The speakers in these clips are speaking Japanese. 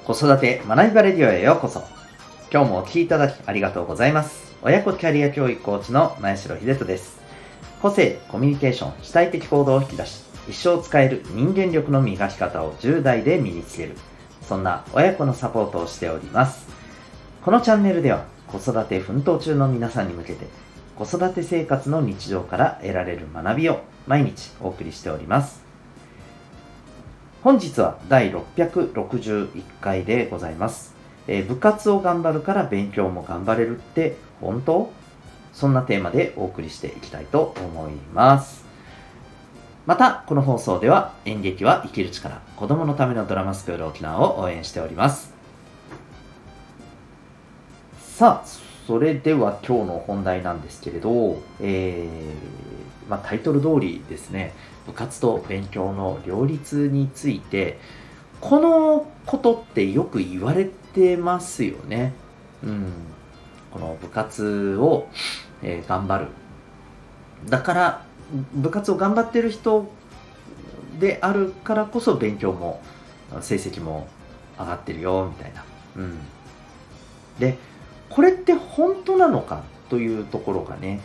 子育て学びバレディオへようこそ。今日もお聞きいただきありがとうございます。親子キャリア教育コーチの前城秀人です。個性、コミュニケーション、主体的行動を引き出し、一生使える人間力の磨き方を10代で身につける、そんな親子のサポートをしております。このチャンネルでは子育て奮闘中の皆さんに向けて、子育て生活の日常から得られる学びを毎日お送りしております。本日は第661回でございます。部活を頑張るから勉強も頑張れるって本当？そんなテーマでお送りしていきたいと思います。また、この放送では演劇は生きる力、子供のためのドラマスクール沖縄を応援しております。さあ、それでは今日の本題なんですけれど、タイトル通りですね、部活と勉強の両立について、このことってよく言われてますよね。この部活を、頑張る。だから部活を頑張ってる人であるからこそ勉強も成績も上がってるよみたいな。で、これって本当なのかというところがね、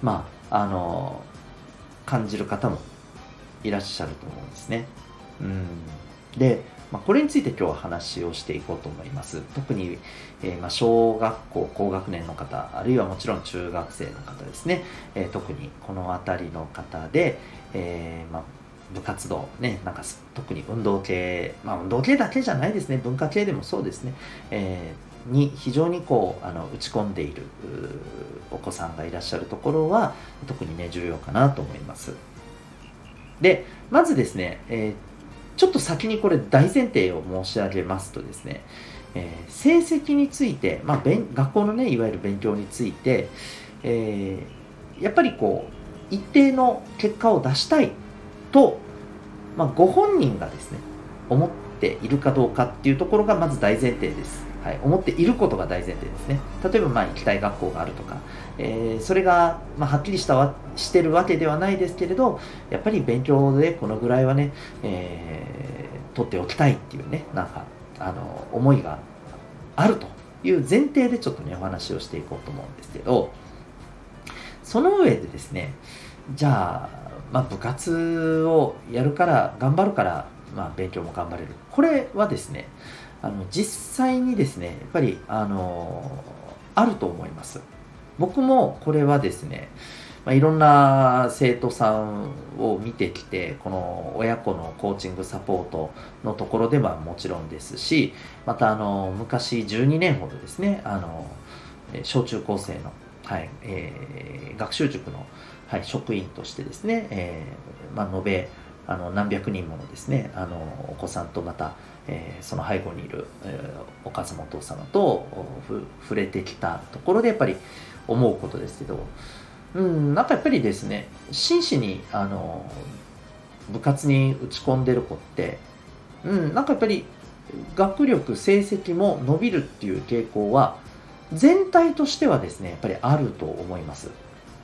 感じる方もいらっしゃると思うんですね。で、これについて今日は話をしていこうと思います。特に、小学校高学年の方、あるいはもちろん中学生の方ですね、特にこの辺りの方で、部活動ね、特に運動系、運動系だけじゃないですね、文化系でもそうですね、に非常に打ち込んでいるお子さんがいらっしゃるところは特にね重要かなと思います。で、まずですね、ちょっと先にこれ大前提を申し上げますとですね、成績について、学校のねいわゆる勉強について、やっぱり一定の結果を出したいと、ご本人がですね思っているかどうかっていうところがまず大前提です。思っていることが大前提ですね。例えば行きたい学校があるとか、それがはっきりしてるわけではないですけれど、やっぱり勉強でこのぐらいはね、取っておきたいっていうね、思いがあるという前提でちょっとねお話をしていこうと思うんですけど、その上でですね、じゃあ、部活をやるから頑張るから、勉強も頑張れる。これはですね、実際にですね、やっぱりあると思います。僕もこれはですね、いろんな生徒さんを見てきて、この親子のコーチングサポートのところではもちろんですし、また昔12年ほどですね、小中高生の、学習塾の、職員としてですね、延べ何百人ものですね、お子さんとまた、その背後にいる、お母様お父様と触れてきたところでやっぱり思うことですけど、やっぱりですね、真摯に部活に打ち込んでる子って、やっぱり学力成績も伸びるっていう傾向は全体としてはですねやっぱりあると思います。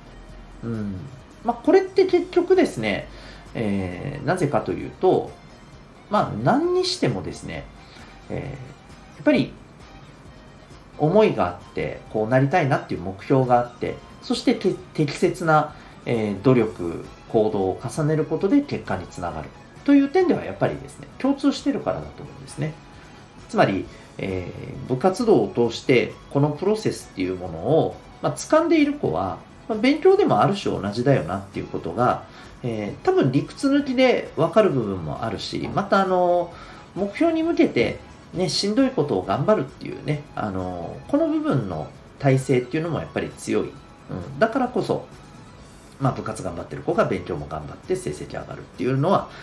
これって結局ですね、なぜかというと、何にしてもですね、やっぱり思いがあって、こうなりたいなっていう目標があって、そして適切な、努力、行動を重ねることで結果につながるという点ではやっぱりですね、共通しているからだと思うんですね。つまり、部活動を通してこのプロセスっていうものを、掴んでいる子は、勉強でもある種同じだよなっていうことが、多分理屈抜きで分かる部分もあるし、また目標に向けて、しんどいことを頑張るっていうね、この部分の体制っていうのもやっぱり強い。だからこそ、部活頑張ってる子が勉強も頑張って成績上がるっていうのは、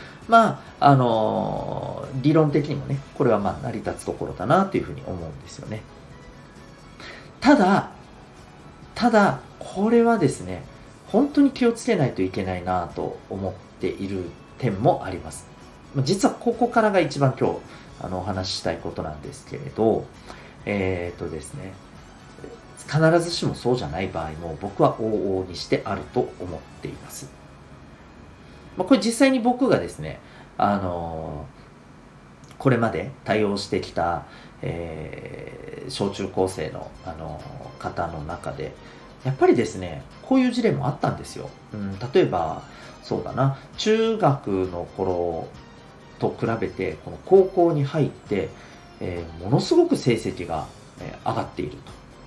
理論的にもね、これは成り立つところだなというふうに思うんですよね。ただ、これはですね、本当に気をつけないといけないなと思っている点もあります。実はここからが一番今日お話ししたいことなんですけれど、ですね、必ずしもそうじゃない場合も僕は往々にしてあると思っています。これ実際に僕がですね、子これまで対応してきた、小中高生の、方の中で、やっぱりですね、こういう事例もあったんですよ。例えば、そうだな、中学の頃と比べて、この高校に入って、ものすごく成績が、上がっていると。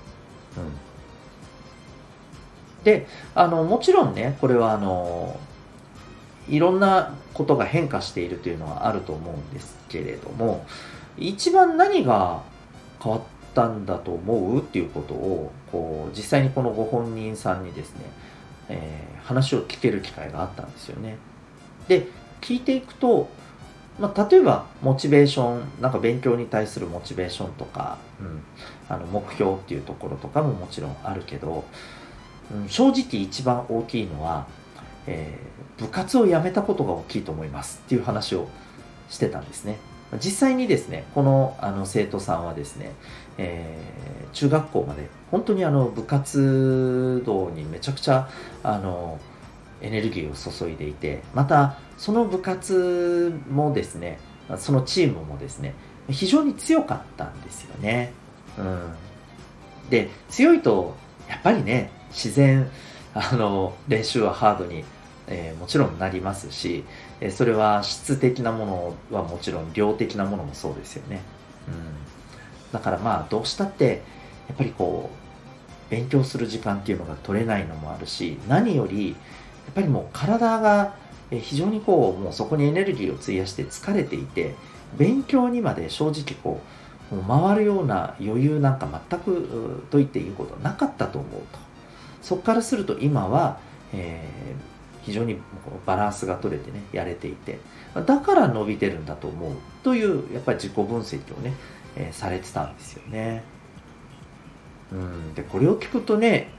で、もちろんね、これはいろんなことが変化しているというのはあると思うんですけれども、一番何が変わったんだと思うっていうことを、実際にこのご本人さんにですね、話を聞ける機会があったんですよね。で、聞いていくと、例えばモチベーション、なんか勉強に対するモチベーションとか、目標っていうところとかももちろんあるけど、正直一番大きいのは、部活を辞めたことが大きいと思いますっていう話をしてたんですね。実際にですね、この生徒さんはですね、中学校まで本当に部活動にめちゃくちゃエネルギーを注いでいて、またその部活もですね、そのチームもですね、非常に強かったんですよね。で、強いとやっぱりね、自然練習はハードに、もちろんなりますし、それは質的なものはもちろん量的なものもそうですよね。だからどうしたってやっぱり勉強する時間っていうのが取れないのもあるし、何よりやっぱりもう体が非常にもうそこにエネルギーを費やして疲れていて、勉強にまで正直もう回るような余裕なんか全くと言っていいことはなかったと思うと。そこからすると今は、非常にバランスが取れてね、やれていて、だから伸びてるんだと思うという、やっぱり自己分析をね、されてたんですよね。で、これを聞くとね、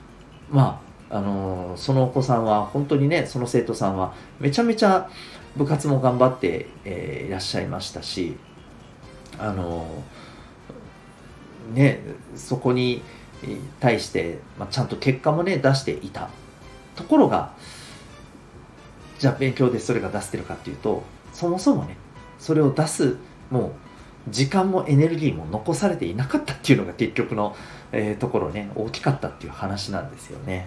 そのお子さんは本当にね、その生徒さんはめちゃめちゃ部活も頑張って、いらっしゃいましたし、そこに対して、ちゃんと結果もね、出していたところが、じゃあ勉強でそれが出せてるかっていうと、そもそもね、それを出す、もう、時間もエネルギーも残されていなかったっていうのが結局の、ところね、大きかったっていう話なんですよね。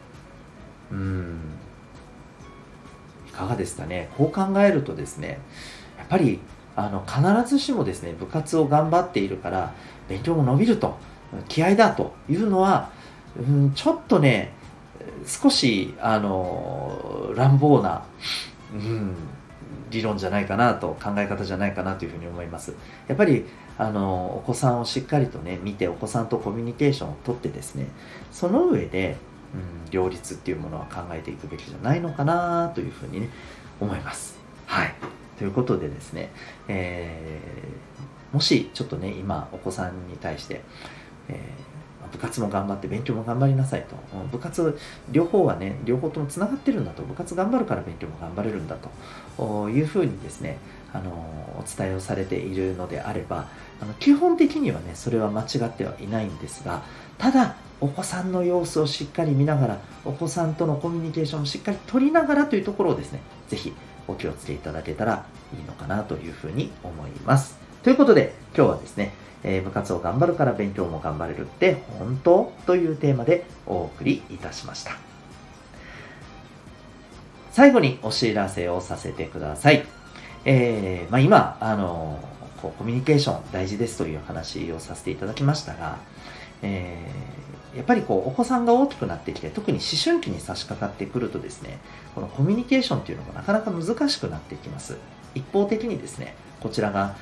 いかがですかね。こう考えるとですね、やっぱり、必ずしもですね、部活を頑張っているから、勉強も伸びると、気合だというのは、ちょっとね、少し、乱暴な、理論じゃないかなと、考え方じゃないかなというふうに思います。やっぱり、お子さんをしっかりとね、見て、お子さんとコミュニケーションをとってですね、その上で、両立っていうものは考えていくべきじゃないのかなというふうにね、思います。はい。ということでですね、もしちょっとね、今、お子さんに対して、部活も頑張って勉強も頑張りなさいと。部活、両方はね、両方ともつながってるんだと。部活頑張るから勉強も頑張れるんだというふうにですね、お伝えをされているのであれば、基本的にはね、それは間違ってはいないんですが、ただ、お子さんの様子をしっかり見ながら、お子さんとのコミュニケーションをしっかり取りながらというところをですね、ぜひお気をつけいただけたらいいのかなというふうに思います。ということで、今日はですね、部活を頑張るから勉強も頑張れるって本当というテーマでお送りいたしました。最後にお知らせをさせてください。今、コミュニケーション大事ですという話をさせていただきましたが、やっぱりお子さんが大きくなってきて、特に思春期に差し掛かってくるとですね、このコミュニケーションというのがなかなか難しくなってきます。一方的にですね、こちらが、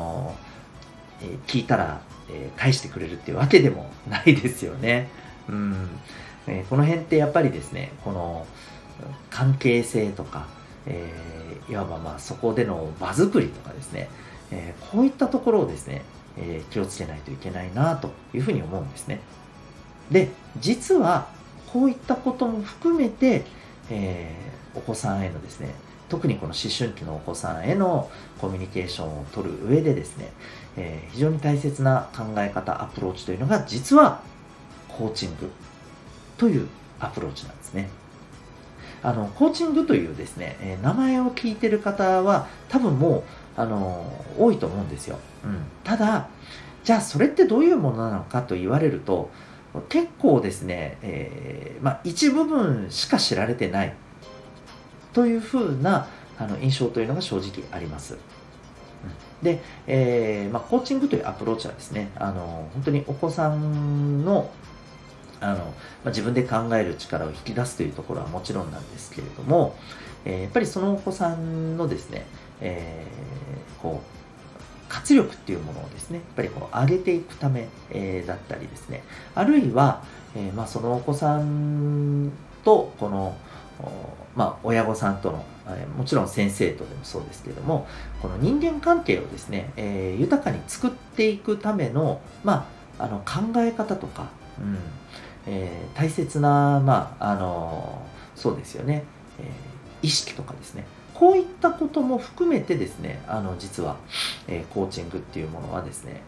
聞いたら、返してくれるっていうわけでもないですよね。この辺ってやっぱりですね、この関係性とか、いわばそこでの場作りとかですね、こういったところをですね、気をつけないといけないなというふうに思うんですね。で、実はこういったことも含めて、お子さんへのですね、特にこの思春期のお子さんへのコミュニケーションを取る上でですね、非常に大切な考え方、アプローチというのが実はコーチングというアプローチなんですね。コーチングというですね、名前を聞いている方は多分も多いと思うんですよ。ただ、じゃあそれってどういうものなのかと言われると、結構ですね、一部分しか知られてないというふうな印象というのが正直あります。で、コーチングというアプローチはですね、本当にお子さんの自分で考える力を引き出すというところはもちろんなんですけれども、やっぱりそのお子さんのですね、活力っていうものをですね、やっぱり上げていくため、だったりですね、あるいは、そのお子さんと親御さんとの、もちろん先生とでもそうですけれども、この人間関係をですね、豊かに作っていくための、考え方とか、大切な、そうですよね、意識とかですね、こういったことも含めてですね、実は、コーチングっていうものはですね、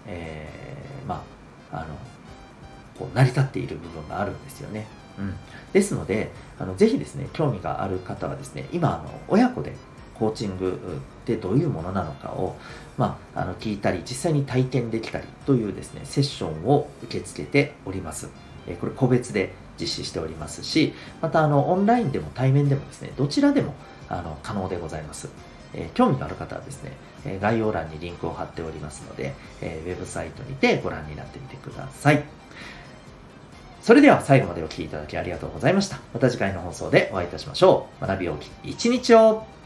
成り立っている部分があるんですよね。ですので、ぜひですね、興味がある方はですね、今、親子でコーチングってどういうものなのかを、聞いたり、実際に体験できたりというですね、セッションを受け付けております。これ個別で実施しておりますし、またオンラインでも対面でもですね、どちらでも可能でございます。興味がある方はですね、概要欄にリンクを貼っておりますので、ウェブサイトにてご覧になってみてください。それでは最後までお聞きいただきありがとうございました。また次回の放送でお会いいたしましょう。学び大きい一日を。